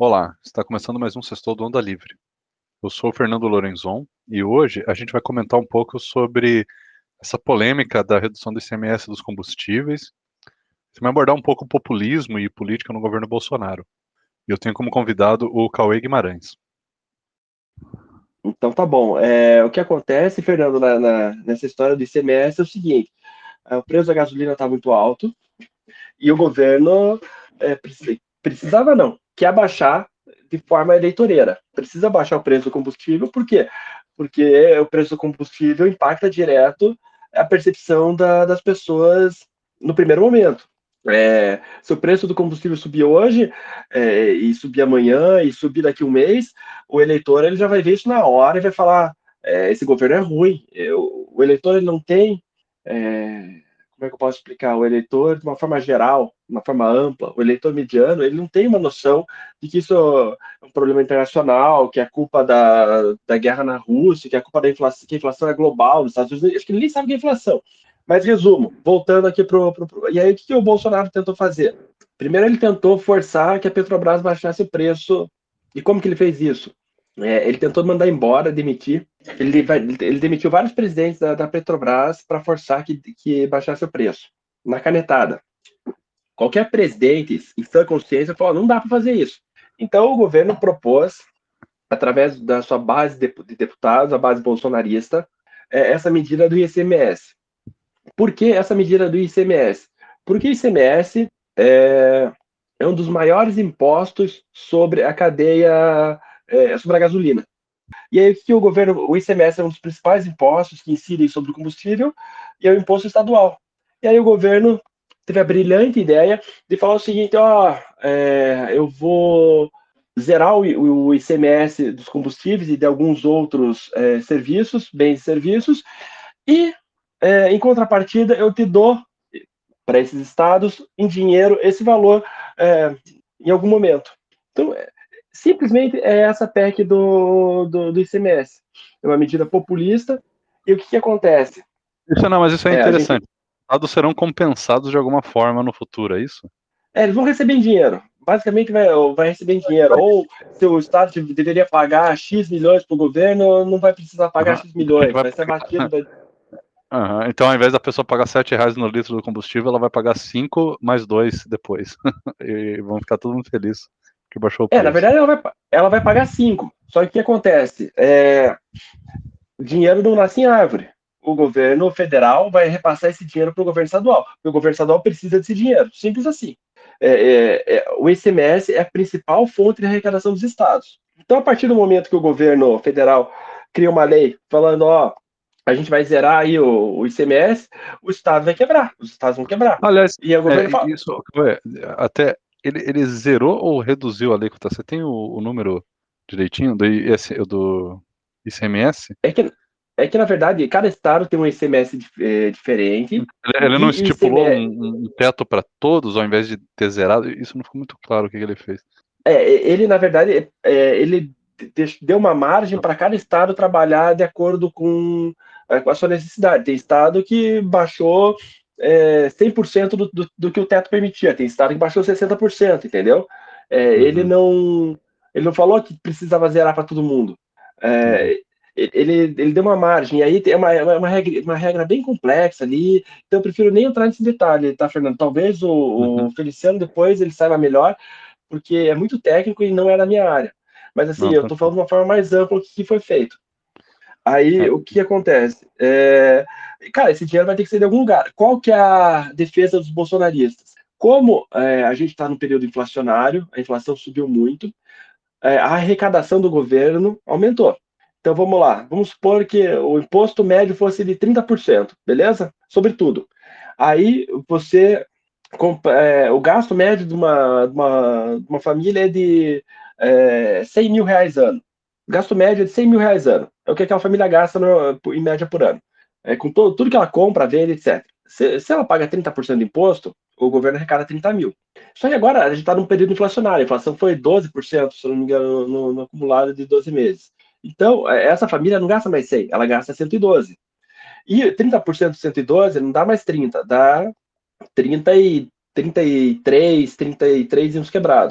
Olá, está começando mais um Sextou do Onda Livre. Eu sou o Fernando Lorenzon e hoje a gente vai comentar um pouco sobre essa polêmica da redução do ICMS dos combustíveis. Você vai abordar um pouco o populismo e política no governo Bolsonaro. E eu tenho como convidado o Cauê Guimarães. Então tá bom. O que acontece, Fernando, nessa história do ICMS é o seguinte: o preço da gasolina está muito alto e o governo precisava não, quer abaixar de forma eleitoreira. Precisa baixar o preço do combustível, por quê? Porque o preço do combustível impacta direto a percepção das pessoas no primeiro momento. Se o preço do combustível subir hoje, e subir amanhã, e subir daqui um mês, o eleitor ele já vai ver isso na hora e vai falar: esse governo é ruim. O eleitor ele não tem. Como é que eu posso explicar? O eleitor, de uma forma geral, de uma forma ampla, o eleitor mediano, ele não tem uma noção de que isso é um problema internacional, que é culpa da guerra na Rússia, que é culpa da inflação, que a inflação é global nos Estados Unidos. Acho que ele nem sabe o que é inflação. Mas, resumo, voltando aqui E aí, o que o Bolsonaro tentou fazer? Primeiro, ele tentou forçar que a Petrobras baixasse o preço. E como que ele fez isso? Ele tentou mandar embora, demitir. Ele demitiu vários presidentes da Petrobras para forçar que baixasse o preço. Na canetada. Qualquer presidente, em sã consciência, falou: não dá para fazer isso. Então, o governo propôs, através da sua base de deputados, a base bolsonarista, essa medida do ICMS. Por que essa medida do ICMS? Porque o ICMS é um dos maiores impostos sobre a cadeia, sobre a gasolina. E aí, o ICMS é um dos principais impostos que incidem sobre o combustível e é o imposto estadual. E aí o governo teve a brilhante ideia de falar o seguinte: eu vou zerar o ICMS dos combustíveis e de alguns outros serviços, bens e serviços, e em contrapartida eu te dou para esses estados em dinheiro esse valor em algum momento. Então, simplesmente é essa PEC do ICMS. É uma medida populista. E o que acontece? Mas isso é A gente, interessante. Os estados serão compensados de alguma forma no futuro, é isso? eles vão receber em dinheiro. Basicamente, vai receber em dinheiro. Ou se o Estado deveria pagar X milhões para o governo, não vai precisar pagar Uhum. X milhões. Vai ser abatido. Uhum. Então, ao invés da pessoa pagar R$7 no litro do combustível, ela vai pagar 5 mais 2 depois. E vão ficar todo mundo felizes que baixou o Na preço. verdade, ela vai pagar 5. Só que o que acontece? Dinheiro não nasce em árvore. O governo federal vai repassar esse dinheiro para o governo estadual. O governo estadual precisa desse dinheiro. Simples assim. O ICMS é a principal fonte de arrecadação dos estados. Então, a partir do momento que o governo federal cria uma lei falando: a gente vai zerar aí o ICMS, o estado vai quebrar. Os estados vão quebrar. Aliás, E aí o governo fala: isso até ele zerou ou reduziu a alíquota? Você tem o número direitinho do ICMS? é que, na verdade, cada estado tem um ICMS diferente. Ele não E o estipulou ICMS, um teto para todos, ao invés de ter zerado? Isso não ficou muito claro o que ele fez. ele, na verdade, ele deu uma margem para cada estado trabalhar de acordo com a sua necessidade. Tem estado que baixou 100% do que o teto permitia, tem estado que baixou 60%, entendeu? Uhum, Ele não falou que precisava zerar para todo mundo. entendi. É, ele deu uma margem, e aí tem uma regra bem complexa ali, então eu prefiro nem entrar nesse detalhe, tá, Fernando? Talvez o Uhum. Feliciano depois ele saiba melhor, porque é muito técnico e não é da minha área. Mas assim, Não, eu estou tranquilo. falando de uma forma mais ampla o que foi feito. Aí, É, o que acontece? Cara, esse dinheiro vai ter que ser de algum lugar. Qual que é a defesa dos bolsonaristas? Como a gente está no período inflacionário, a inflação subiu muito, a arrecadação do governo aumentou. Então, vamos lá. Vamos supor que o imposto médio fosse de 30%, beleza? Sobre tudo. Aí, o gasto médio de uma família é de 100 mil reais ano. O gasto médio é de 100 mil reais ano. É o que aquela família gasta em média por ano. Com tudo que ela compra, vende, etc. Se ela paga 30% de imposto, o governo arrecada 30 mil. Só que agora a gente está num período inflacionário. A inflação foi 12%, se não me engano, no acumulado de 12 meses. Então, essa família não gasta mais 100, ela gasta 112. E 30% de 112 não dá mais 30, dá 33 e uns quebrados.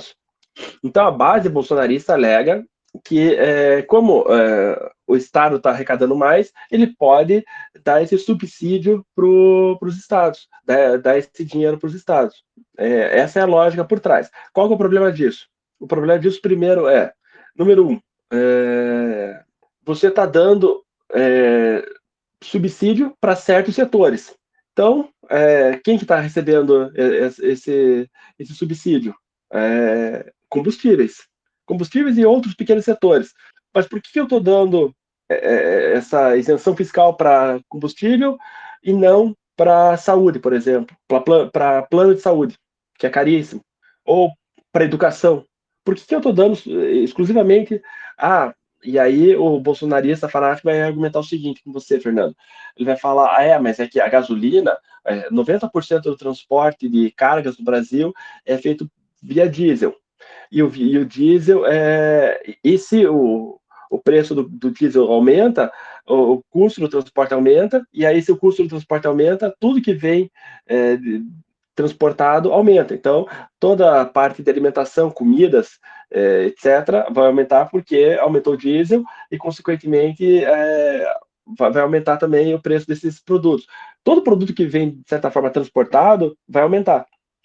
Então, a base bolsonarista alega que, como o Estado está arrecadando mais, ele pode dar esse subsídio para os estados, dar esse dinheiro para os estados. Essa é a lógica por trás. Qual que é o problema disso? O problema disso, primeiro, número um, você está dando subsídio para certos setores. Então, quem que está recebendo esse subsídio? Combustíveis. Combustíveis e outros pequenos setores. Mas por que eu estou dando essa isenção fiscal para combustível e não para saúde, por exemplo? Para plano de saúde, que é caríssimo. Ou para educação. Por que eu estou dando exclusivamente e aí o bolsonarista fanático vai argumentar o seguinte com você, Fernando. Ele vai falar, mas é que a gasolina, 90% do transporte de cargas no Brasil é feito via diesel. E o diesel, e se o preço do diesel aumenta, o custo do transporte aumenta, e aí se o custo do transporte aumenta, tudo que vem transportado aumenta. Então, toda a parte de alimentação, comidas, etc., vai aumentar porque aumentou o diesel e, consequentemente, vai aumentar também o preço desses produtos. Todo produto que vem, de certa forma, transportado, vai aumentar.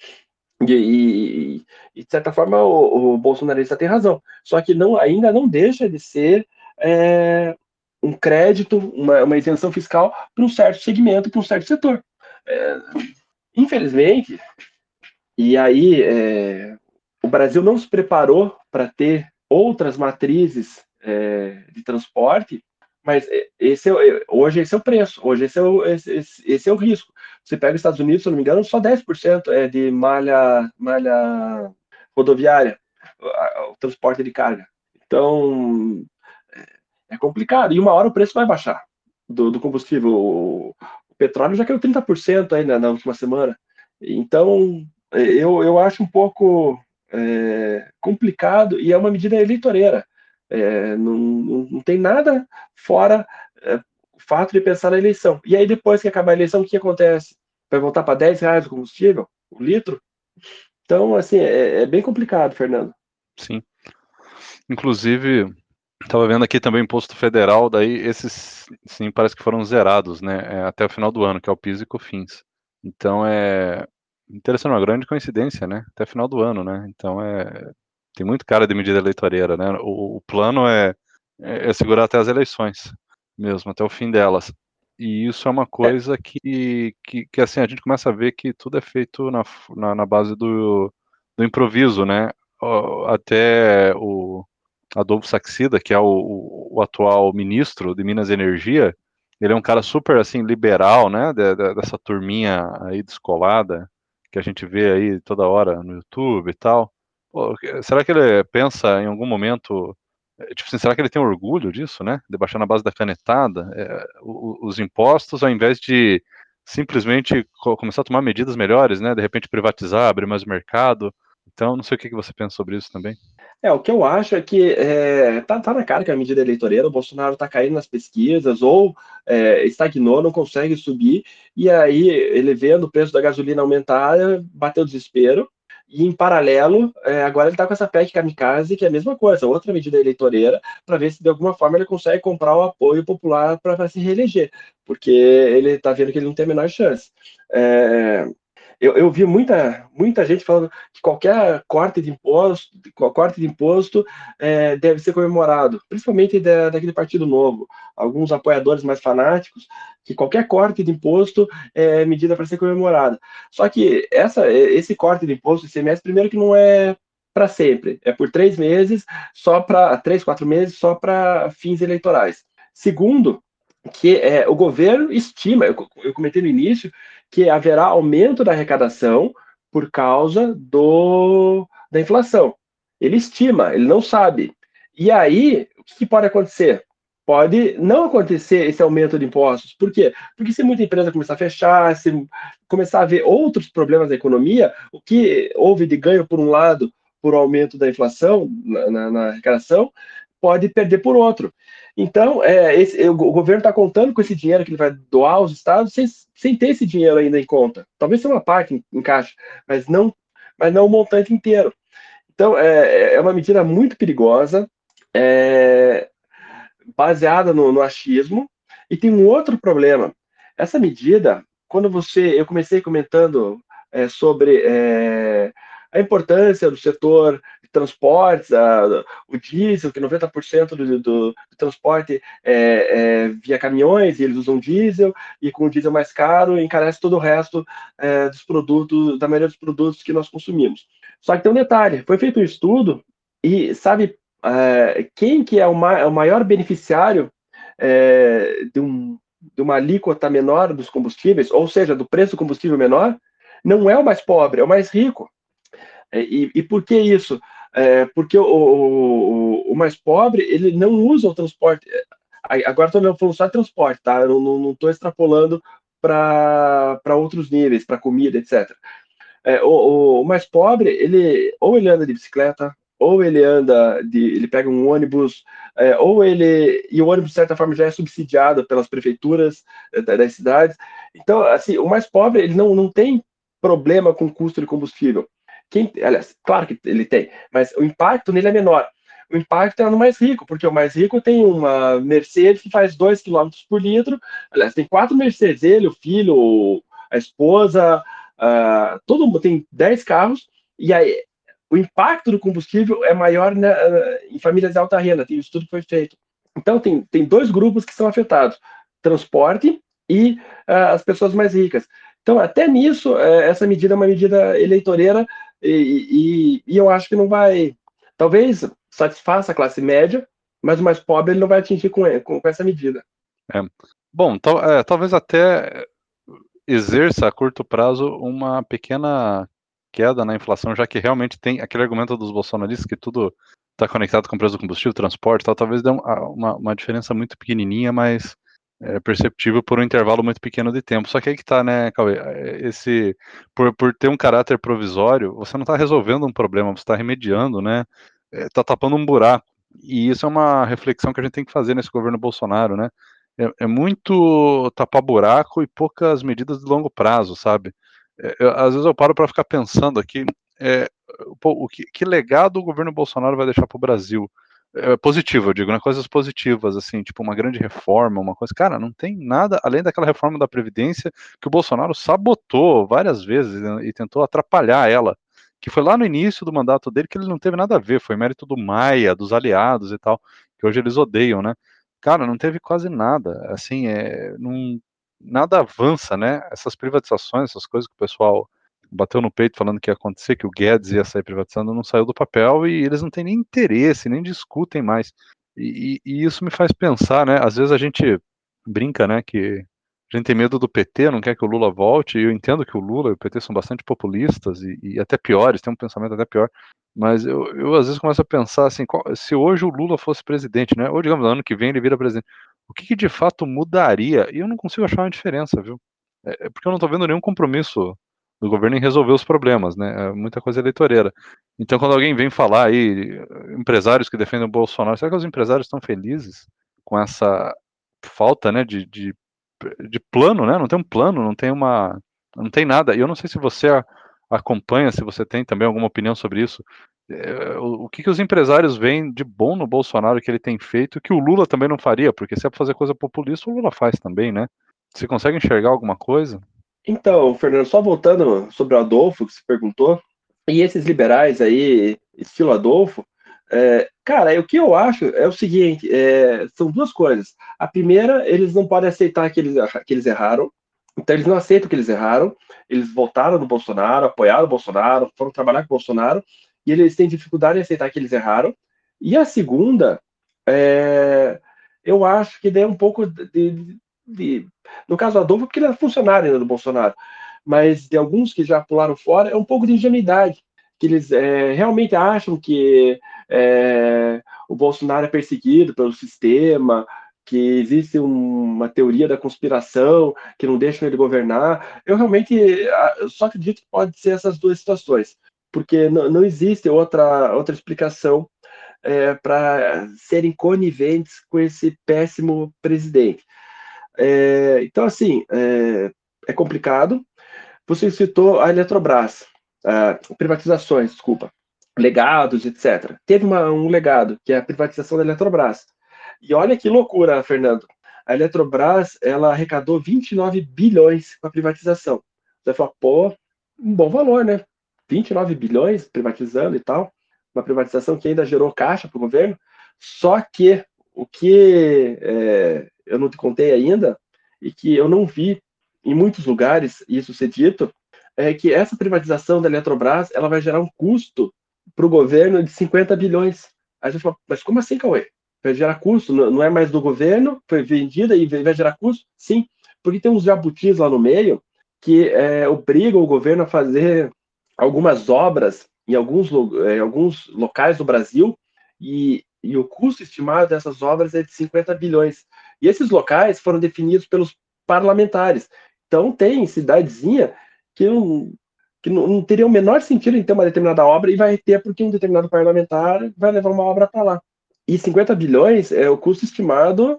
De certa forma, o bolsonarista tem razão. Só que ainda não deixa de ser um crédito, uma isenção fiscal para um certo segmento, para um certo setor. Infelizmente, e aí o Brasil não se preparou para ter outras matrizes de transporte, mas hoje esse é o preço, hoje esse é o risco. Você pega os Estados Unidos, se eu não me engano, só 10% é de malha rodoviária, o transporte de carga. Então, é complicado. E uma hora o preço vai baixar do combustível. O petróleo já caiu 30% aí na última semana. Então, eu acho um pouco complicado e é uma medida eleitoreira. Não tem nada fora o fato de pensar na eleição. E aí, depois que acabar a eleição, o que acontece? Vai voltar para R$ 10 o combustível, o litro? Então, assim, é bem complicado, Fernando. Sim. Inclusive, estava vendo aqui também o imposto federal, daí esses, sim, parece que foram zerados, né, até o final do ano, que é o PIS e COFINS. Então é interessante, uma grande coincidência, né, até o final do ano, né, então tem muito cara de medida eleitoreira, né, o plano é segurar até as eleições, mesmo, até o fim delas. E isso é uma coisa que assim, a gente começa a ver que tudo é feito na base do improviso, né, até o Adolfo Saxida, que é o atual ministro de Minas e Energia, ele é um cara super, assim, liberal, né, dessa turminha aí descolada, que a gente vê aí toda hora no YouTube e tal. Pô, será que ele pensa em algum momento, tipo assim, será que ele tem orgulho disso, né, de baixar na base da canetada, os impostos, ao invés de simplesmente começar a tomar medidas melhores, né, de repente privatizar, abrir mais mercado? Então, não sei o que você pensa sobre isso também. O que eu acho é que tá na cara que a medida eleitoreira, o Bolsonaro está caindo nas pesquisas, ou estagnou, não consegue subir, e aí ele vendo o preço da gasolina aumentar, bateu o desespero, e em paralelo, agora ele está com essa PEC kamikaze, que é a mesma coisa, outra medida eleitoreira, para ver se de alguma forma ele consegue comprar o apoio popular para se reeleger, porque ele está vendo que ele não tem a menor chance. Eu vi muita gente falando que qualquer corte de imposto deve ser comemorado, principalmente daquele Partido Novo. Alguns apoiadores mais fanáticos, que qualquer corte de imposto é medida para ser comemorada. Só que esse corte de imposto, ICMS, primeiro que não é para sempre, é por 3 meses, só para 3, 4 meses, só para fins eleitorais. Segundo, que o governo estima, eu comentei no início, que haverá aumento da arrecadação por causa da inflação. Ele estima, ele não sabe. E aí, o que pode acontecer? Pode não acontecer esse aumento de impostos. Por quê? Porque se muita empresa começar a fechar, se começar a ver outros problemas da economia, o que houve de ganho por um lado por aumento da inflação na arrecadação, pode perder por outro. Então, o governo está contando com esse dinheiro que ele vai doar aos estados sem ter esse dinheiro ainda em conta. Talvez seja uma parte em caixa, mas não o montante inteiro. Então, é uma medida muito perigosa, é, baseada no achismo, e tem um outro problema. Essa medida, eu comecei comentando sobre a importância do setor de transportes, o diesel, que 90% do transporte via caminhões, e eles usam diesel, e com o diesel mais caro, encarece todo o resto dos produtos, da maioria dos produtos que nós consumimos. Só que tem um detalhe, foi feito um estudo, e sabe quem que é o maior beneficiário de uma alíquota menor dos combustíveis, ou seja, do preço do combustível menor, não é o mais pobre, é o mais rico. E por que isso? Porque o mais pobre, ele não usa o transporte. Agora estou falando só de transporte, tá? Eu não estou extrapolando para outros níveis, para comida, etc. O mais pobre, ou ele anda de bicicleta, ou ele pega um ônibus, e o ônibus, de certa forma, já é subsidiado pelas prefeituras das cidades. Então, assim, o mais pobre, ele não tem problema com o custo de combustível. Aliás, claro que ele tem, mas o impacto nele é menor. O impacto é no mais rico, porque o mais rico tem uma Mercedes que faz 2 quilômetros por litro. Aliás, tem 4 Mercedes, ele, o filho, a esposa, todo mundo tem 10 carros, e aí o impacto do combustível é maior, né, em famílias de alta renda, tem um estudo que foi feito. Então, tem dois grupos que são afetados: transporte e as pessoas mais ricas. Então, até nisso, essa medida é uma medida eleitoreira, e eu acho que não vai. Talvez satisfaça a classe média, mas o mais pobre ele não vai atingir com essa medida. É. Bom, talvez até exerça a curto prazo uma pequena queda na inflação, já que realmente tem aquele argumento dos bolsonaristas que tudo está conectado com o preço do combustível, transporte, tal, talvez dê uma diferença muito pequenininha, mas perceptível por um intervalo muito pequeno de tempo. Só que aí que tá, né, Cauê? Por ter um caráter provisório, você não está resolvendo um problema, você está remediando, né? Está tapando um buraco. E isso é uma reflexão que a gente tem que fazer nesse governo Bolsonaro, né? É muito tapar buraco e poucas medidas de longo prazo, sabe? Às vezes eu paro para ficar pensando aqui, pô, que legado o governo Bolsonaro vai deixar para o Brasil? Positivo, eu digo, né? Coisas positivas, assim, tipo uma grande reforma, uma coisa. Cara, não tem nada além daquela reforma da Previdência que o Bolsonaro sabotou várias vezes, né, e tentou atrapalhar ela. Que foi lá no início do mandato dele que ele não teve nada a ver, foi mérito do Maia, dos aliados e tal, que hoje eles odeiam, né? Cara, não teve quase nada. Assim, nada avança, né? Essas privatizações, essas coisas que o pessoal bateu no peito falando que ia acontecer, que o Guedes ia sair privatizando, não saiu do papel e eles não têm nem interesse, nem discutem mais. E isso me faz pensar, né? Às vezes a gente brinca, né, que a gente tem medo do PT, não quer que o Lula volte, e eu entendo que o Lula e o PT são bastante populistas e até piores, têm um pensamento até pior, mas eu às vezes começo a pensar assim, se hoje o Lula fosse presidente, né, ou digamos, ano que vem ele vira presidente, o que de fato mudaria? E eu não consigo achar uma diferença, viu? Porque eu não estou vendo nenhum compromisso do governo em resolver os problemas, né? É muita coisa eleitoreira. Então, quando alguém vem falar aí, empresários que defendem o Bolsonaro, será que os empresários estão felizes com essa falta, né, de plano, né? Não tem um plano, não tem nada. E eu não sei se você acompanha, se você tem também alguma opinião sobre isso. O que os empresários veem de bom no Bolsonaro que ele tem feito, que o Lula também não faria, porque se é para fazer coisa populista, o Lula faz também, né? Você consegue enxergar alguma coisa? Então, Fernando, só voltando sobre o Adolfo, que você perguntou, e esses liberais aí, estilo Adolfo, cara, o que eu acho é o seguinte: são duas coisas. A primeira, eles não podem aceitar que eles erraram, então eles não aceitam que eles erraram, eles votaram no Bolsonaro, apoiaram o Bolsonaro, foram trabalhar com o Bolsonaro, e eles têm dificuldade em aceitar que eles erraram. E a segunda, eu acho que é um pouco no caso do Adolfo, porque ele era funcionário ainda do Bolsonaro, mas de alguns que já pularam fora, é um pouco de ingenuidade, que eles realmente acham que o Bolsonaro é perseguido pelo sistema, que existe uma teoria da conspiração que não deixa ele governar. Eu realmente só acredito que pode ser essas duas situações, porque não existe outra explicação para serem coniventes com esse péssimo presidente. Então, assim, é complicado. Você citou a Eletrobras, privatizações, desculpa. legados, etc. Teve um legado, que é a privatização da Eletrobras. E olha que loucura, Fernando. A Eletrobras, ela arrecadou 29 bilhões com a privatização. Você vai falar, pô, um bom valor, né? 29 bilhões privatizando e tal. Uma privatização que ainda gerou caixa para o governo. Só que o que eu não te contei ainda, e que eu não vi em muitos lugares isso ser dito, é que essa privatização da Eletrobras ela vai gerar um custo para o governo de 50 bilhões. Aí a gente fala, mas como assim, Cauê? Vai gerar custo? Não é mais do governo? Foi vendida e vai gerar custo? Sim, porque tem uns jabutis lá no meio que obrigam o governo a fazer algumas obras em alguns locais do Brasil e o custo estimado dessas obras é de 50 bilhões. E esses locais foram definidos pelos parlamentares. Então, tem cidadezinha que não teria o menor sentido em ter uma determinada obra e vai ter porque um determinado parlamentar vai levar uma obra para lá. E 50 bilhões é o custo estimado.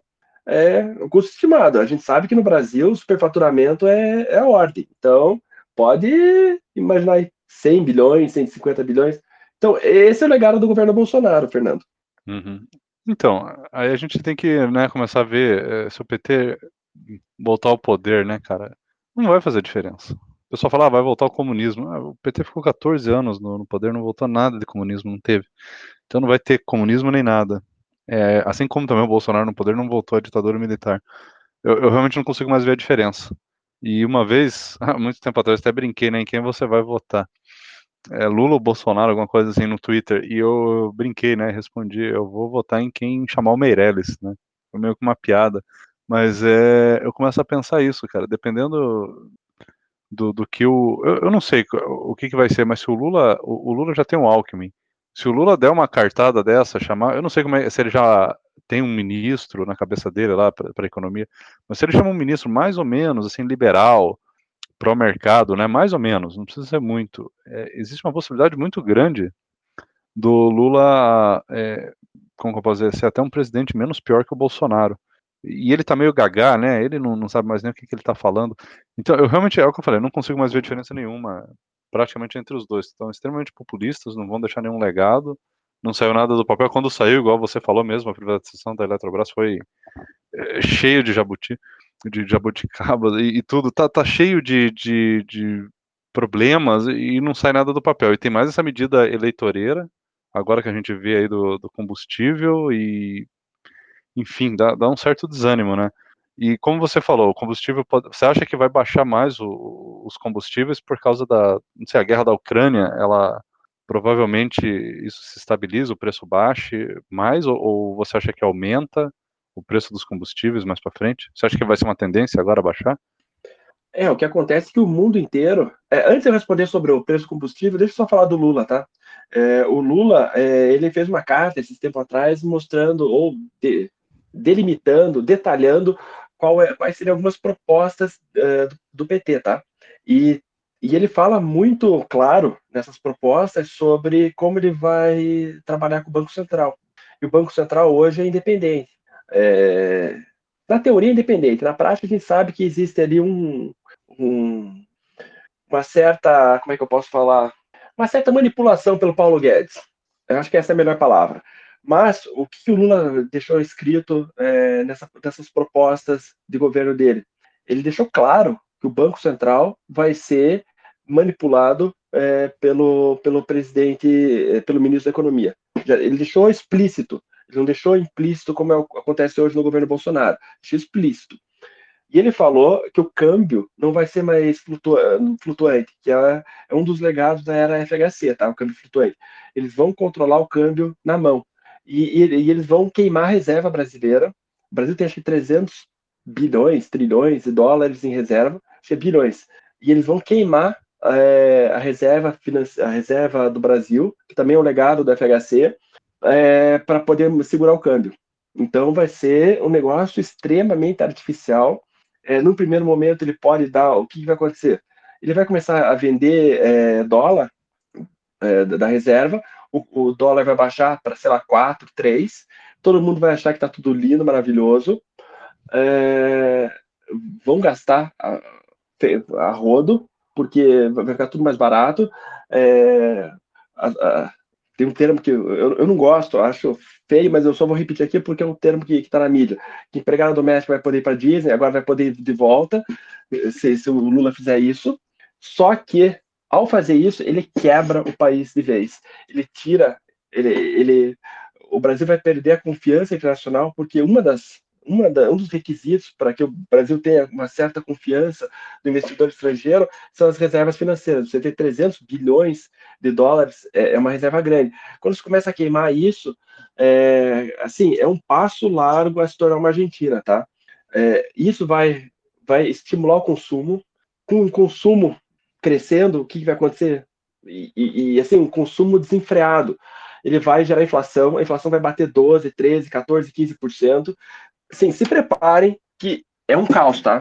O custo estimado. A gente sabe que no Brasil o superfaturamento é a ordem. Então, pode imaginar aí 100 bilhões, 150 bilhões. Então, esse é o legado do governo Bolsonaro, Fernando. Uhum. Então, aí a gente tem que, né, começar a ver se o PT voltar ao poder, né, cara, não vai fazer diferença. O pessoal fala, vai voltar ao comunismo. O PT ficou 14 anos no poder, não voltou nada de comunismo, não teve. Então não vai ter comunismo nem nada. Assim como também o Bolsonaro no poder não voltou à ditadura militar. Eu realmente não consigo mais ver a diferença. E uma vez, há muito tempo atrás, até brinquei, né, em quem você vai votar. Lula ou Bolsonaro, alguma coisa assim no Twitter, e eu brinquei, né, respondi, eu vou votar em quem chamar o Meirelles, né, foi meio que uma piada, mas eu começo a pensar isso, cara, dependendo do que eu não sei o que vai ser, mas se o Lula já tem um Alckmin, se o Lula der uma cartada dessa, chamar, eu não sei se ele já tem um ministro na cabeça dele lá para economia, mas se ele chama um ministro mais ou menos, assim, liberal, pró-mercado, né? Mais ou menos, não precisa ser muito. Existe uma possibilidade muito grande do Lula, como que eu posso dizer, ser até um presidente menos pior que o Bolsonaro. E ele tá meio gagá, né? Ele não sabe mais nem o que ele tá falando. Então, eu realmente, é o que eu falei, eu não consigo mais ver diferença nenhuma, praticamente entre os dois. Estão extremamente populistas, não vão deixar nenhum legado, não saiu nada do papel. Quando saiu, igual você falou mesmo, a privatização da Eletrobras foi cheio de jabuti, de jabuticaba e tudo, tá cheio de problemas e não sai nada do papel. E tem mais essa medida eleitoreira, agora que a gente vê aí do combustível e, enfim, dá um certo desânimo, né? E como você falou, o combustível você acha que vai baixar mais os combustíveis por causa não sei, a guerra da Ucrânia, ela provavelmente isso se estabiliza, o preço baixe mais, ou você acha que aumenta o preço dos combustíveis mais para frente? Você acha que vai ser uma tendência agora a baixar? O que acontece é que o mundo inteiro. Antes de eu responder sobre o preço do combustível, deixa eu só falar do Lula, tá? O Lula, ele fez uma carta esses tempo atrás mostrando, ou delimitando, detalhando quais seriam algumas propostas do PT, tá? E ele fala muito claro nessas propostas sobre como ele vai trabalhar com o Banco Central. E o Banco Central hoje é independente. É, Na teoria é independente, na prática a gente sabe que existe ali um, uma certa, como é que eu posso falar? Uma certa manipulação pelo Paulo Guedes. Eu acho que essa é a melhor palavra. Mas o que o Lula deixou escrito nessas propostas de governo dele? Ele deixou claro que o Banco Central vai ser manipulado pelo presidente, pelo ministro da Economia. Ele deixou explícito, ele não deixou implícito como acontece hoje no governo Bolsonaro. Deixou explícito. E ele falou que o câmbio não vai ser mais flutuante, que é um dos legados da era FHC, tá? O câmbio flutuante. Eles vão controlar o câmbio na mão. E eles vão queimar a reserva brasileira. O Brasil tem acho que 300 bilhões, trilhões de dólares em reserva, acho que é bilhões. E eles vão queimar a reserva do Brasil, que também é um legado do FHC, para poder segurar o câmbio. Então vai ser um negócio extremamente artificial. No primeiro momento ele pode dar, o que vai acontecer? Ele vai começar a vender dólar da reserva, o dólar vai baixar para, sei lá, 4, 3, todo mundo vai achar que está tudo lindo, maravilhoso, é, vão gastar a rodo, porque vai ficar tudo mais barato, é, a, tem um termo que eu não gosto, acho feio, mas eu só vou repetir aqui porque é um termo que está na mídia. Que empregada doméstica vai poder ir para Disney, agora vai poder ir de volta, se o Lula fizer isso. Só que, ao fazer isso, ele quebra o país de vez. Ele tira. O Brasil vai perder a confiança internacional, porque um dos requisitos para que o Brasil tenha uma certa confiança do investidor estrangeiro são as reservas financeiras. Você tem 300 bilhões de dólares, é uma reserva grande. Quando você começa a queimar isso, assim, é um passo largo a se tornar uma Argentina, tá? Isso vai estimular o consumo. Com o consumo crescendo, o que vai acontecer? Assim, um consumo desenfreado. Ele vai gerar inflação, a inflação vai bater 12, 13, 14, 15%. Sim, se preparem que é um caos, tá?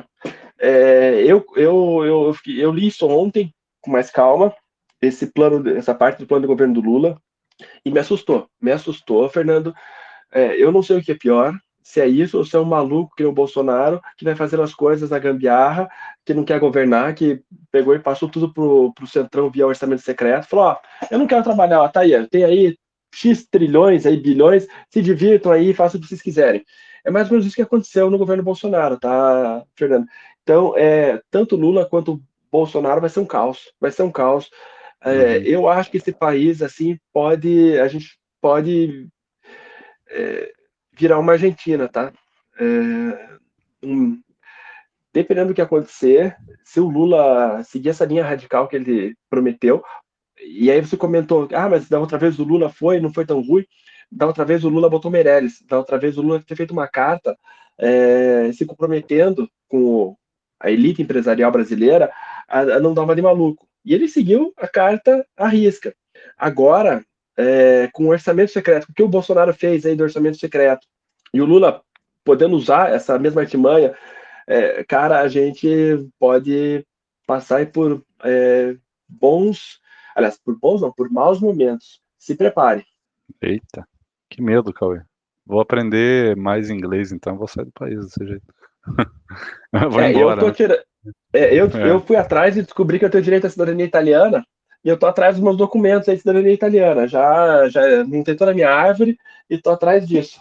Eu li isso ontem com mais calma, essa parte do plano de governo do Lula, e me assustou, Fernando. Eu não sei o que é pior, se é isso ou se é um maluco que é o Bolsonaro, que vai fazendo as coisas na gambiarra, que não quer governar, que pegou e passou tudo pro Centrão via orçamento secreto, falou, ó, eu não quero trabalhar, ó, tá aí, tem aí X trilhões, aí bilhões, se divirtam aí, façam o que vocês quiserem. É mais ou menos isso que aconteceu no governo Bolsonaro, tá, Fernando? Então, tanto Lula quanto Bolsonaro vai ser um caos, vai ser um caos. Uhum. Eu acho que esse país, assim, a gente pode virar uma Argentina, tá? É, um, Dependendo do que acontecer, se o Lula seguir essa linha radical que ele prometeu, e aí você comentou, mas da outra vez o Lula não foi tão ruim, da outra vez o Lula botou Meirelles, da outra vez o Lula ter feito uma carta se comprometendo com a elite empresarial brasileira a não dar uma de maluco. E ele seguiu a carta à risca. Agora, com o orçamento secreto, o que o Bolsonaro fez aí do orçamento secreto, e o Lula podendo usar essa mesma artimanha, cara, a gente pode passar por bons, aliás, por bons não, por maus momentos. Se prepare. Eita, que medo, Cauê. Vou aprender mais inglês, então vou sair do país desse jeito. Vou Eu embora, tô né? tirando. Eu fui atrás e descobri que eu tenho direito à cidadania italiana e eu tô atrás dos meus documentos aí de cidadania italiana. Já montei toda a minha árvore e tô atrás disso.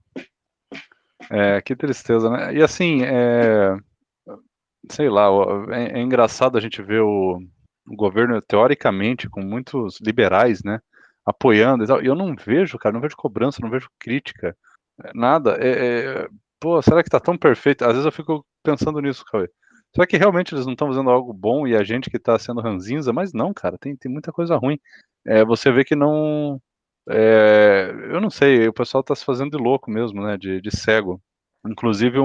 Que tristeza, né? E assim, sei lá, é engraçado a gente ver o governo, teoricamente, com muitos liberais, né, apoiando e tal. E eu não vejo, cara, não vejo cobrança, não vejo crítica, nada. Pô, será que tá tão perfeito? Às vezes eu fico pensando nisso, Cauê. Será que realmente eles não estão fazendo algo bom e a gente que tá sendo ranzinza? Mas não, cara, tem muita coisa ruim. Você vê que não. Eu não sei, o pessoal tá se fazendo de louco mesmo, né, de cego. Inclusive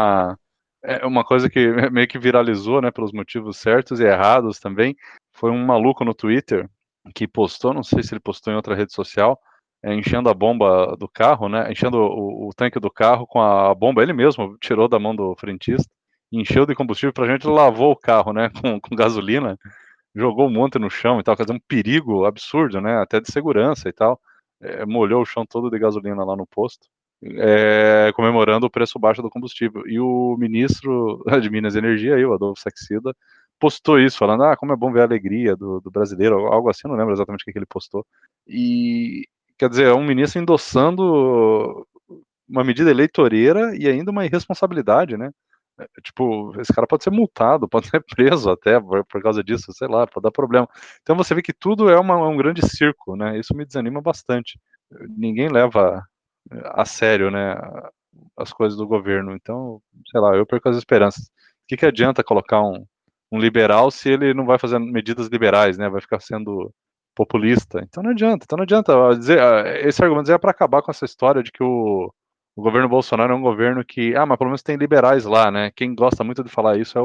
uma coisa que meio que viralizou, né, pelos motivos certos e errados também, foi um maluco no Twitter que postou, não sei se ele postou em outra rede social, enchendo a bomba do carro, né, enchendo o tanque do carro com a bomba, ele mesmo tirou da mão do frentista, encheu de combustível pra gente, lavou o carro, né, com gasolina, jogou um monte no chão e tal, quer dizer, um perigo absurdo, né, até de segurança e tal, molhou o chão todo de gasolina lá no posto, comemorando o preço baixo do combustível. E o ministro de Minas e Energia, o Adolfo Saxida, postou isso, falando, como é bom ver a alegria do brasileiro, algo assim, não lembro exatamente o que ele postou. E, quer dizer, é um ministro endossando uma medida eleitoreira e ainda uma irresponsabilidade, né? Tipo, esse cara pode ser multado, pode ser preso até por causa disso, sei lá, pode dar problema. Então você vê que tudo é um grande circo, né? Isso me desanima bastante. Ninguém leva a sério, né, as coisas do governo. Então, sei lá, eu perco as esperanças. O que adianta colocar um liberal se ele não vai fazer medidas liberais, né? Vai ficar sendo populista. Então não adianta. Então não adianta dizer esse argumento é para acabar com essa história de que o governo Bolsonaro é um governo que, mas pelo menos tem liberais lá, né? Quem gosta muito de falar isso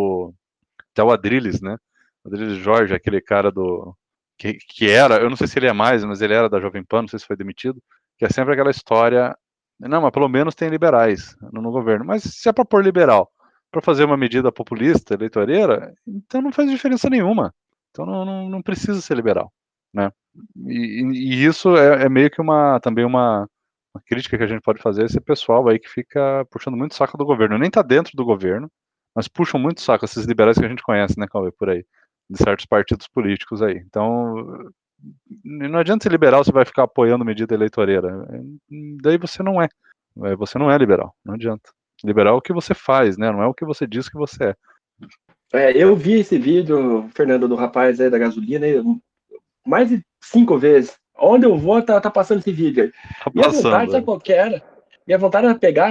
é o Adrilles, né? O Adrilles Jorge, aquele cara que era, eu não sei se ele é mais, mas ele era da Jovem Pan, não sei se foi demitido, que é sempre aquela história, não, mas pelo menos tem liberais no governo. Mas se é para pôr liberal, para fazer uma medida populista, eleitoreira, então não faz diferença nenhuma. Então não precisa ser liberal, né? E isso meio que também uma crítica que a gente pode fazer a esse pessoal aí que fica puxando muito saco do governo. Nem tá dentro do governo, mas puxam muito saco esses liberais que a gente conhece, né, Cauê, por aí, de certos partidos políticos aí. Então, Não adianta ser liberal, você vai ficar apoiando medida eleitoreira. Daí você não é. Você não é liberal, não adianta. Liberal é o que você faz, né? Não é o que você diz que você é. Eu vi esse vídeo, Fernando, do rapaz aí da gasolina, mais de 5 vezes. Onde eu vou, tá passando esse vídeo aí. Tá Minha vontade, passando. sabe qual que era? Minha vontade era pegar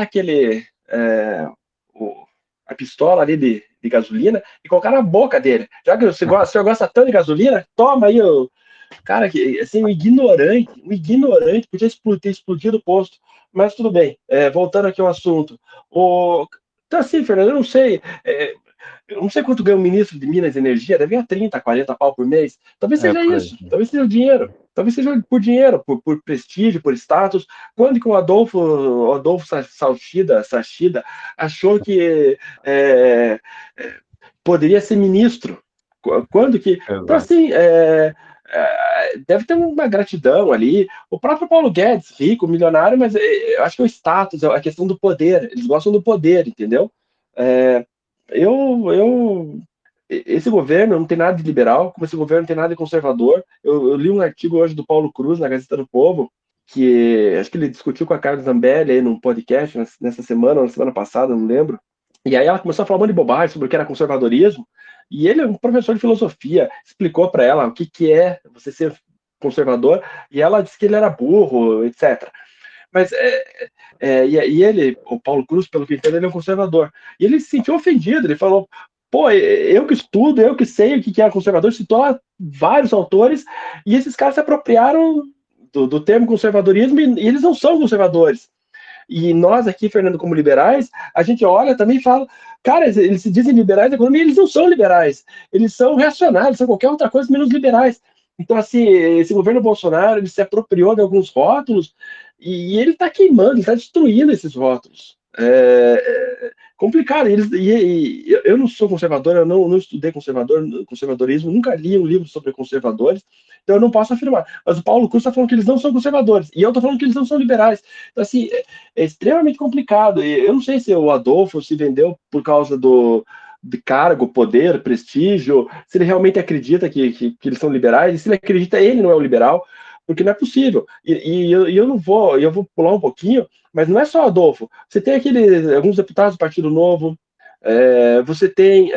a pistola ali de gasolina e colocar na boca dele. Já que o senhor gosta tanto de gasolina, toma aí o. Cara, que, assim, um ignorante, podia ter explodido o posto. Mas tudo bem. Voltando aqui ao assunto. Então, assim, Fernando, eu não sei. Eu não sei quanto ganha o ministro de Minas e Energia, deve ganhar 30, 40 pau por mês. Talvez seja Por aí. isso, talvez seja o dinheiro. Talvez seja por dinheiro, por prestígio, por status. Quando que o Adolfo Sachida achou que poderia ser ministro? Quando que. Então, Exato. assim, deve ter uma gratidão ali. O próprio Paulo Guedes, rico, milionário, mas eu acho que é o status, a questão do poder. Eles gostam do poder, entendeu? É, esse governo não tem nada de liberal, como esse governo não tem nada de conservador. Eu li um artigo hoje do Paulo Cruz na Gazeta do Povo, que acho que ele discutiu com a Carla Zambelli aí num podcast nessa semana, ou na semana passada, não lembro. E aí ela começou a falar um monte de bobagem sobre o que era conservadorismo, e ele é um professor de filosofia, explicou para ela o que é você ser conservador, e ela disse que ele era burro, etc. Mas e ele, o Paulo Cruz, pelo que eu entendo, ele é um conservador. E ele se sentiu ofendido, ele falou: pô, eu que estudo, eu que sei o que é conservador, citou lá vários autores, e esses caras se apropriaram do termo conservadorismo e eles não são conservadores. E nós aqui, Fernando, como liberais, a gente olha também e fala, cara, eles se dizem liberais da economia, eles não são liberais, eles são reacionários, são qualquer outra coisa menos liberais. Então, assim, esse governo Bolsonaro, ele se apropriou de alguns rótulos e ele está queimando, ele está destruindo esses rótulos. Complicado. Eu não sou conservador, eu não estudei conservadorismo, nunca li um livro sobre conservadores, então eu não posso afirmar. Mas o Paulo Cruz está falando que eles não são conservadores, e eu estou falando que eles não são liberais. Então, assim, é extremamente complicado. E eu não sei se o Adolfo se vendeu por causa de cargo, poder, prestígio, se ele realmente acredita que eles são liberais, e se ele acredita, ele não é o liberal, porque não é possível. Eu vou pular um pouquinho, mas não é só Adolfo. Você tem alguns deputados do Partido Novo, você tem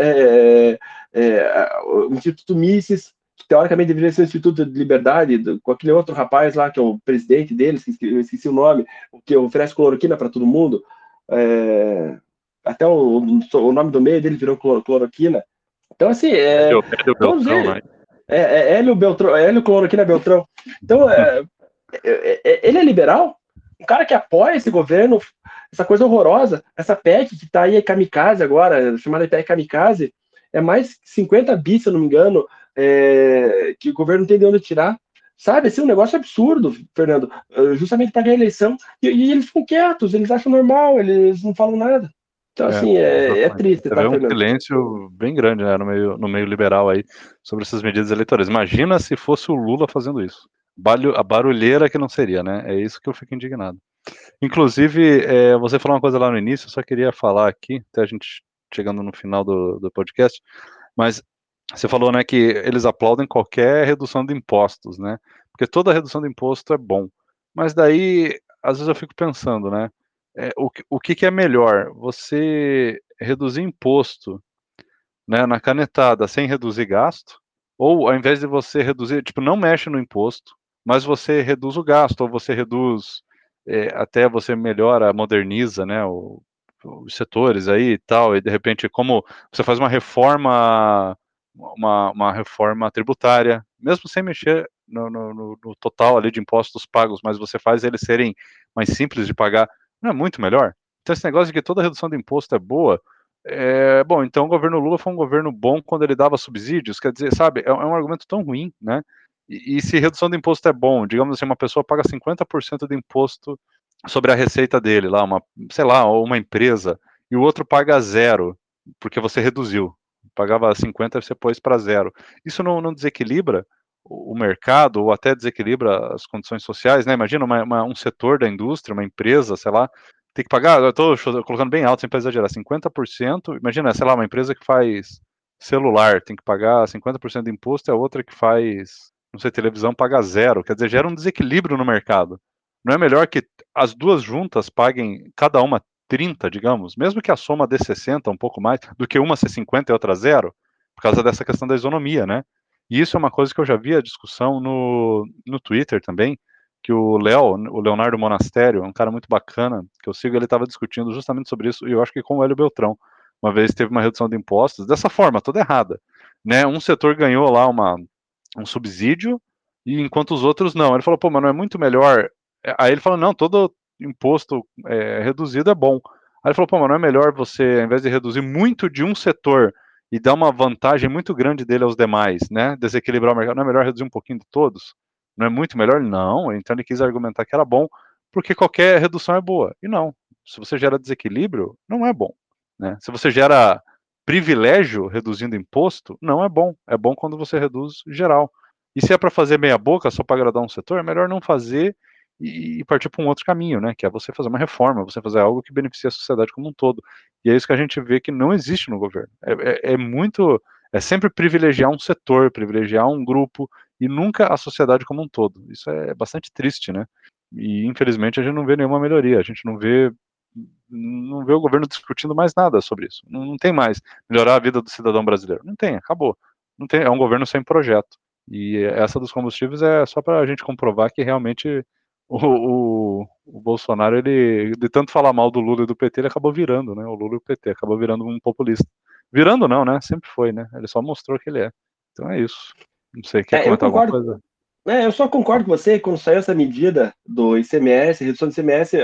o Instituto Mises, que teoricamente deveria ser o Instituto de Liberdade, com aquele outro rapaz lá, que é o presidente deles, que eu esqueci o nome, que oferece cloroquina para todo mundo. Até o nome do meio dele virou cloroquina. Então, assim, Hélio todos Beltrão, né? eles. Hélio Beltrão, Hélio Cloroquina Beltrão. Então, ele é liberal? Um cara que apoia esse governo, essa coisa horrorosa, essa PEC que está aí, kamikaze agora, chamada PEC kamikaze, é mais 50 bis, se eu não me engano, que o governo não tem de onde tirar. Sabe, assim, um negócio absurdo, Fernando, justamente para ganhar a eleição. E eles ficam quietos, eles acham normal, eles não falam nada. Então, assim, é Exatamente. triste, Você tá, vê um Fernando? silêncio bem grande, né, no meio liberal aí sobre essas medidas eleitorais. Imagina se fosse o Lula fazendo isso. A barulheira que não seria, né? É isso que eu fico indignado. Inclusive, você falou uma coisa lá no início, eu só queria falar aqui, até a gente chegando no final do podcast, mas você falou, né, que eles aplaudem qualquer redução de impostos, né? Porque toda redução de imposto é bom. Mas daí, às vezes eu fico pensando, né? O que é melhor? Você reduzir imposto, né, na canetada sem reduzir gasto? Ou ao invés de você reduzir, tipo, não mexe no imposto, mas você reduz o gasto, ou você reduz, até você melhora, moderniza, né, os setores aí e tal, e de repente, como você faz uma reforma tributária, mesmo sem mexer no total ali de impostos pagos, mas você faz eles serem mais simples de pagar, não é muito melhor? Então esse negócio de que toda redução de imposto é boa, bom, então o governo Lula foi um governo bom quando ele dava subsídios, quer dizer, sabe, é um argumento tão ruim, né? E se redução de imposto é bom, digamos assim, uma pessoa paga 50% de imposto sobre a receita dele, lá, sei lá, ou uma empresa, e o outro paga zero, porque você reduziu. Pagava 50 e você pôs para zero. Isso não desequilibra o mercado, ou até desequilibra as condições sociais, né? Imagina um setor da indústria, uma empresa, sei lá, tem que pagar, eu estou colocando bem alto, sem para exagerar, 50%, imagina, sei lá, uma empresa que faz celular, tem que pagar 50% de imposto, e a outra que faz não sei, televisão paga 0, quer dizer, gera um desequilíbrio no mercado. Não é melhor que as duas juntas paguem cada uma 30, digamos, mesmo que a soma dê 60, um pouco mais, do que uma ser 50 e outra 0, por causa dessa questão da isonomia, né? E isso é uma coisa que eu já vi a discussão no Twitter também, que o Leonardo Monastério, um cara muito bacana, que eu sigo, ele estava discutindo justamente sobre isso, e eu acho que com o Hélio Beltrão, uma vez teve uma redução de impostos, dessa forma, toda errada, né? Um setor ganhou lá um subsídio, e enquanto os outros não. Ele falou, pô, mas não é muito melhor. Aí ele falou, não, todo imposto reduzido é bom. Aí ele falou, pô, mas não é melhor você, ao invés de reduzir muito de um setor e dar uma vantagem muito grande dele aos demais, né? Desequilibrar o mercado, não é melhor reduzir um pouquinho de todos? Não é muito melhor? Não. Então ele quis argumentar que era bom, porque qualquer redução é boa. E não. Se você gera desequilíbrio, não é bom. Né? Se você gera privilégio reduzindo imposto, não é bom. É bom quando você reduz geral. E se é para fazer meia boca só para agradar um setor, é melhor não fazer e partir para um outro caminho, né? Que é você fazer uma reforma, você fazer algo que beneficie a sociedade como um todo. E é isso que a gente vê que não existe no governo. É sempre privilegiar um setor, privilegiar um grupo e nunca a sociedade como um todo. Isso é bastante triste, né? E infelizmente a gente não vê nenhuma melhoria. A gente não vê o governo discutindo mais nada sobre isso. Não tem mais melhorar a vida do cidadão brasileiro. Não tem, acabou. Não tem, é um governo sem projeto. E essa dos combustíveis é só para a gente comprovar que realmente o Bolsonaro, ele, de tanto falar mal do Lula e do PT, ele acabou virando, né? O Lula e o PT acabou virando um populista. Virando não, né? Sempre foi, né? Ele só mostrou que ele é. Então é isso. Não sei, quer Eu comentar alguma concordo. coisa? Eu só concordo com você, quando saiu essa medida do ICMS, redução do ICMS,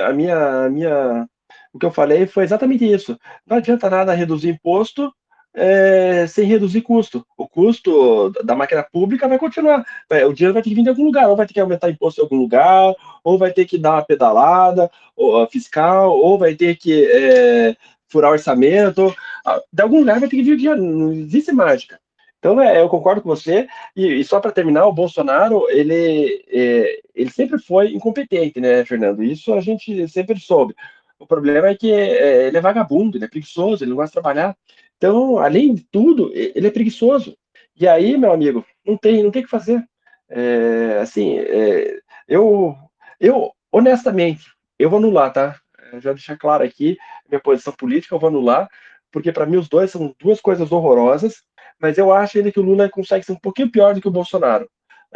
o que eu falei foi exatamente isso. Não adianta nada reduzir imposto sem reduzir custo. O custo da máquina pública vai continuar. O dinheiro vai ter que vir de algum lugar, ou vai ter que aumentar imposto em algum lugar, ou vai ter que dar uma pedalada fiscal, ou vai ter que furar orçamento. De algum lugar vai ter que vir o dinheiro, não existe mágica. Então, eu concordo com você. E só para terminar, o Bolsonaro, ele sempre foi incompetente, né, Fernando? Isso a gente sempre soube. O problema é que ele é vagabundo, ele é preguiçoso, ele não gosta de trabalhar. Então, além de tudo, ele é preguiçoso. E aí, meu amigo, não tem o que fazer. Assim, eu, honestamente, eu vou anular, tá? Já deixar claro aqui, minha posição política, eu vou anular, porque para mim os dois são duas coisas horrorosas, mas eu acho ainda que o Lula consegue ser um pouquinho pior do que o Bolsonaro.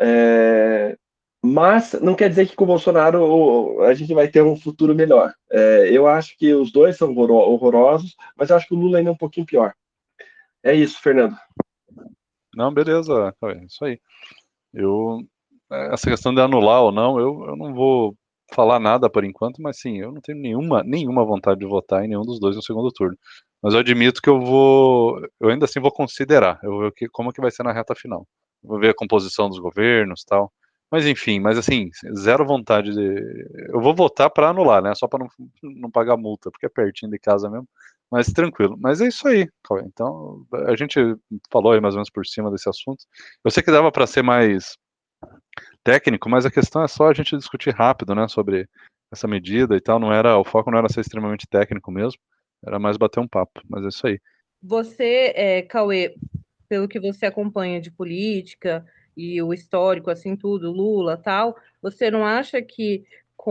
Mas não quer dizer que com o Bolsonaro a gente vai ter um futuro melhor. Eu acho que os dois são horrorosos, mas eu acho que o Lula ainda é um pouquinho pior. É isso, Fernando. Não, beleza, é isso aí. Essa questão de anular ou não, eu não vou falar nada por enquanto, mas sim, eu não tenho nenhuma vontade de votar em nenhum dos dois no segundo turno. Mas eu admito que eu ainda assim vou considerar, eu vou ver como que vai ser na reta final. Vou ver a composição dos governos, tal. Mas enfim, mas assim, zero vontade eu vou votar para anular, né? Só para não pagar multa, porque é pertinho de casa mesmo. Mas tranquilo. Mas é isso aí, Cauê. Então, a gente falou aí mais ou menos por cima desse assunto. Eu sei que dava para ser mais técnico, mas a questão é só a gente discutir rápido, né, sobre essa medida e tal. O foco não era ser extremamente técnico mesmo, era mais bater um papo. Mas é isso aí. Você, Cauê, pelo que você acompanha de política e o histórico, assim, tudo, Lula, tal, você não acha que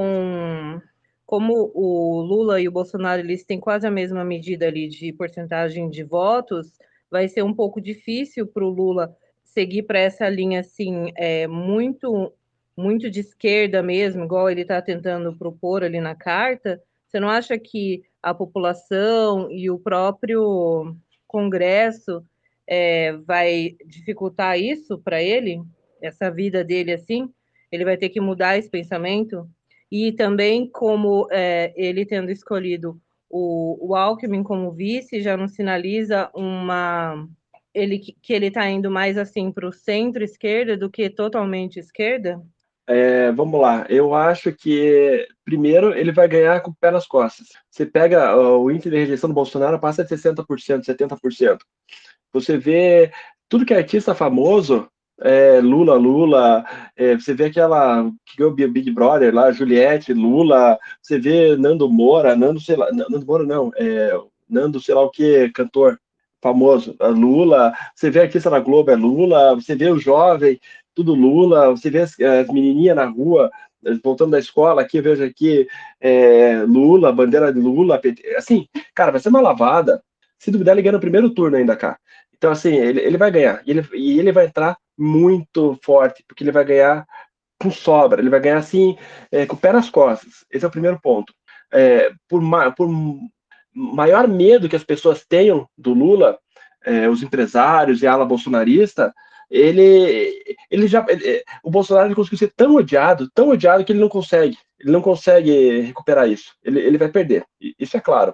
como o Lula e o Bolsonaro, eles têm quase a mesma medida ali de porcentagem de votos, vai ser um pouco difícil para o Lula seguir para essa linha, assim, muito, muito de esquerda mesmo, igual ele está tentando propor ali na carta? Você não acha que a população e o próprio Congresso vai dificultar isso para ele, essa vida dele assim? Ele vai ter que mudar esse pensamento? E também, como ele tendo escolhido o Alckmin como vice, já não sinaliza que ele está indo mais assim para o centro-esquerda do que totalmente esquerda? Vamos lá. Eu acho que, primeiro, ele vai ganhar com o pé nas costas. Você pega o índice de rejeição do Bolsonaro, passa de 60%, 70%. Você vê tudo que é artista famoso, Lula, Lula, você vê aquela que ganhou o Big Brother lá, Juliette, Lula, você vê Nando Moura, Nando, sei lá, Nando Moura não, Nando, sei lá o que, cantor famoso, Lula, você vê artista na Globo, é Lula, você vê o jovem, tudo Lula, você vê as menininhas na rua, voltando da escola, aqui eu vejo aqui Lula, bandeira de Lula, PT, assim, cara, vai ser uma lavada, se duvidar ele ganha no primeiro turno ainda, cara. Então, assim, ele vai ganhar, e ele vai entrar muito forte, porque ele vai ganhar com sobra, ele vai ganhar assim, com o pé nas costas. Esse é o primeiro ponto. Por maior medo que as pessoas tenham do Lula, os empresários e a ala bolsonarista, o Bolsonaro conseguiu ser tão odiado que ele não consegue recuperar isso. Ele vai perder. Isso é claro.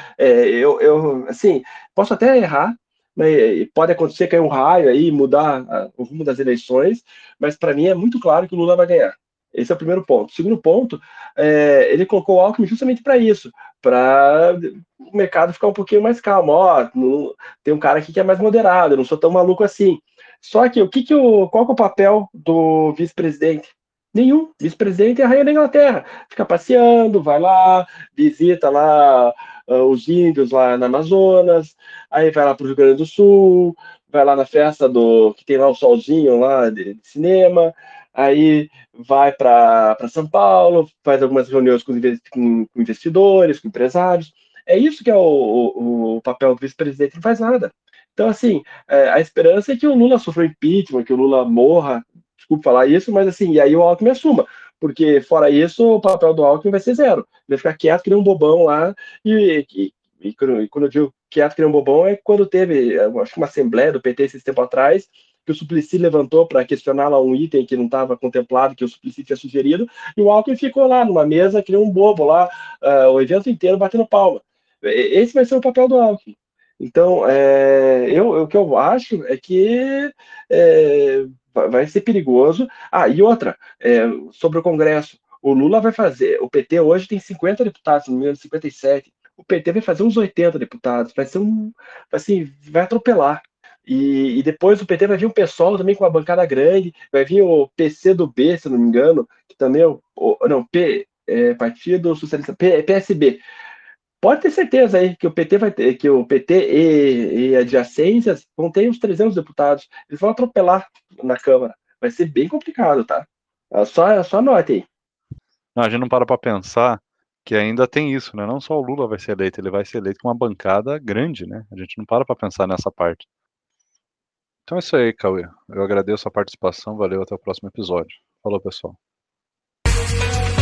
Assim, posso até errar, né, pode acontecer cair um raio aí, mudar o rumo das eleições, mas para mim é muito claro que o Lula vai ganhar. Esse é o primeiro ponto. O segundo ponto, ele colocou o Alckmin justamente para isso, para o mercado ficar um pouquinho mais calmo. Tem um cara aqui que é mais moderado, eu não sou tão maluco assim. Só que qual que é o papel do vice-presidente? Nenhum. Vice-presidente é a rainha da Inglaterra. Fica passeando, vai lá, visita lá os índios lá na Amazonas, aí vai lá para o Rio Grande do Sul, vai lá na festa que tem lá o solzinho lá de cinema, aí vai para São Paulo, faz algumas reuniões com investidores, com empresários. É isso que é o papel do vice-presidente, não faz nada. Então, assim, a esperança é que o Lula sofra impeachment, que o Lula morra, desculpa falar isso, mas assim, e aí o Alckmin assuma, porque fora isso, o papel do Alckmin vai ser zero. Ele vai ficar quieto que nem um bobão lá, e quando eu digo quieto que nem um bobão é quando teve, acho que uma assembleia do PT esse tempo atrás, que o Suplicy levantou para questionar lá um item que não estava contemplado, que o Suplicy tinha sugerido, e o Alckmin ficou lá numa mesa que nem um bobo lá, o evento inteiro batendo palma. Esse vai ser o papel do Alckmin. Então, o que eu acho é que vai ser perigoso. E outra, sobre o Congresso, o Lula vai fazer, o PT hoje tem 50 deputados, no menos 57. O PT vai fazer uns 80 deputados, vai atropelar. E depois o PT vai vir um PSOL também com uma bancada grande, vai vir o PC do B, se não me engano, que também Partido Socialista, PSB. Pode ter certeza aí que o PT vai ter, que o PT e adjacências vão ter uns 300 deputados. Eles vão atropelar na Câmara. Vai ser bem complicado, tá? Só anote aí. Não, a gente não para pensar que ainda tem isso, né? Não só o Lula vai ser eleito, ele vai ser eleito com uma bancada grande, né? A gente não para pensar nessa parte. Então é isso aí, Cauê. Eu agradeço a participação, valeu, até o próximo episódio. Falou, pessoal.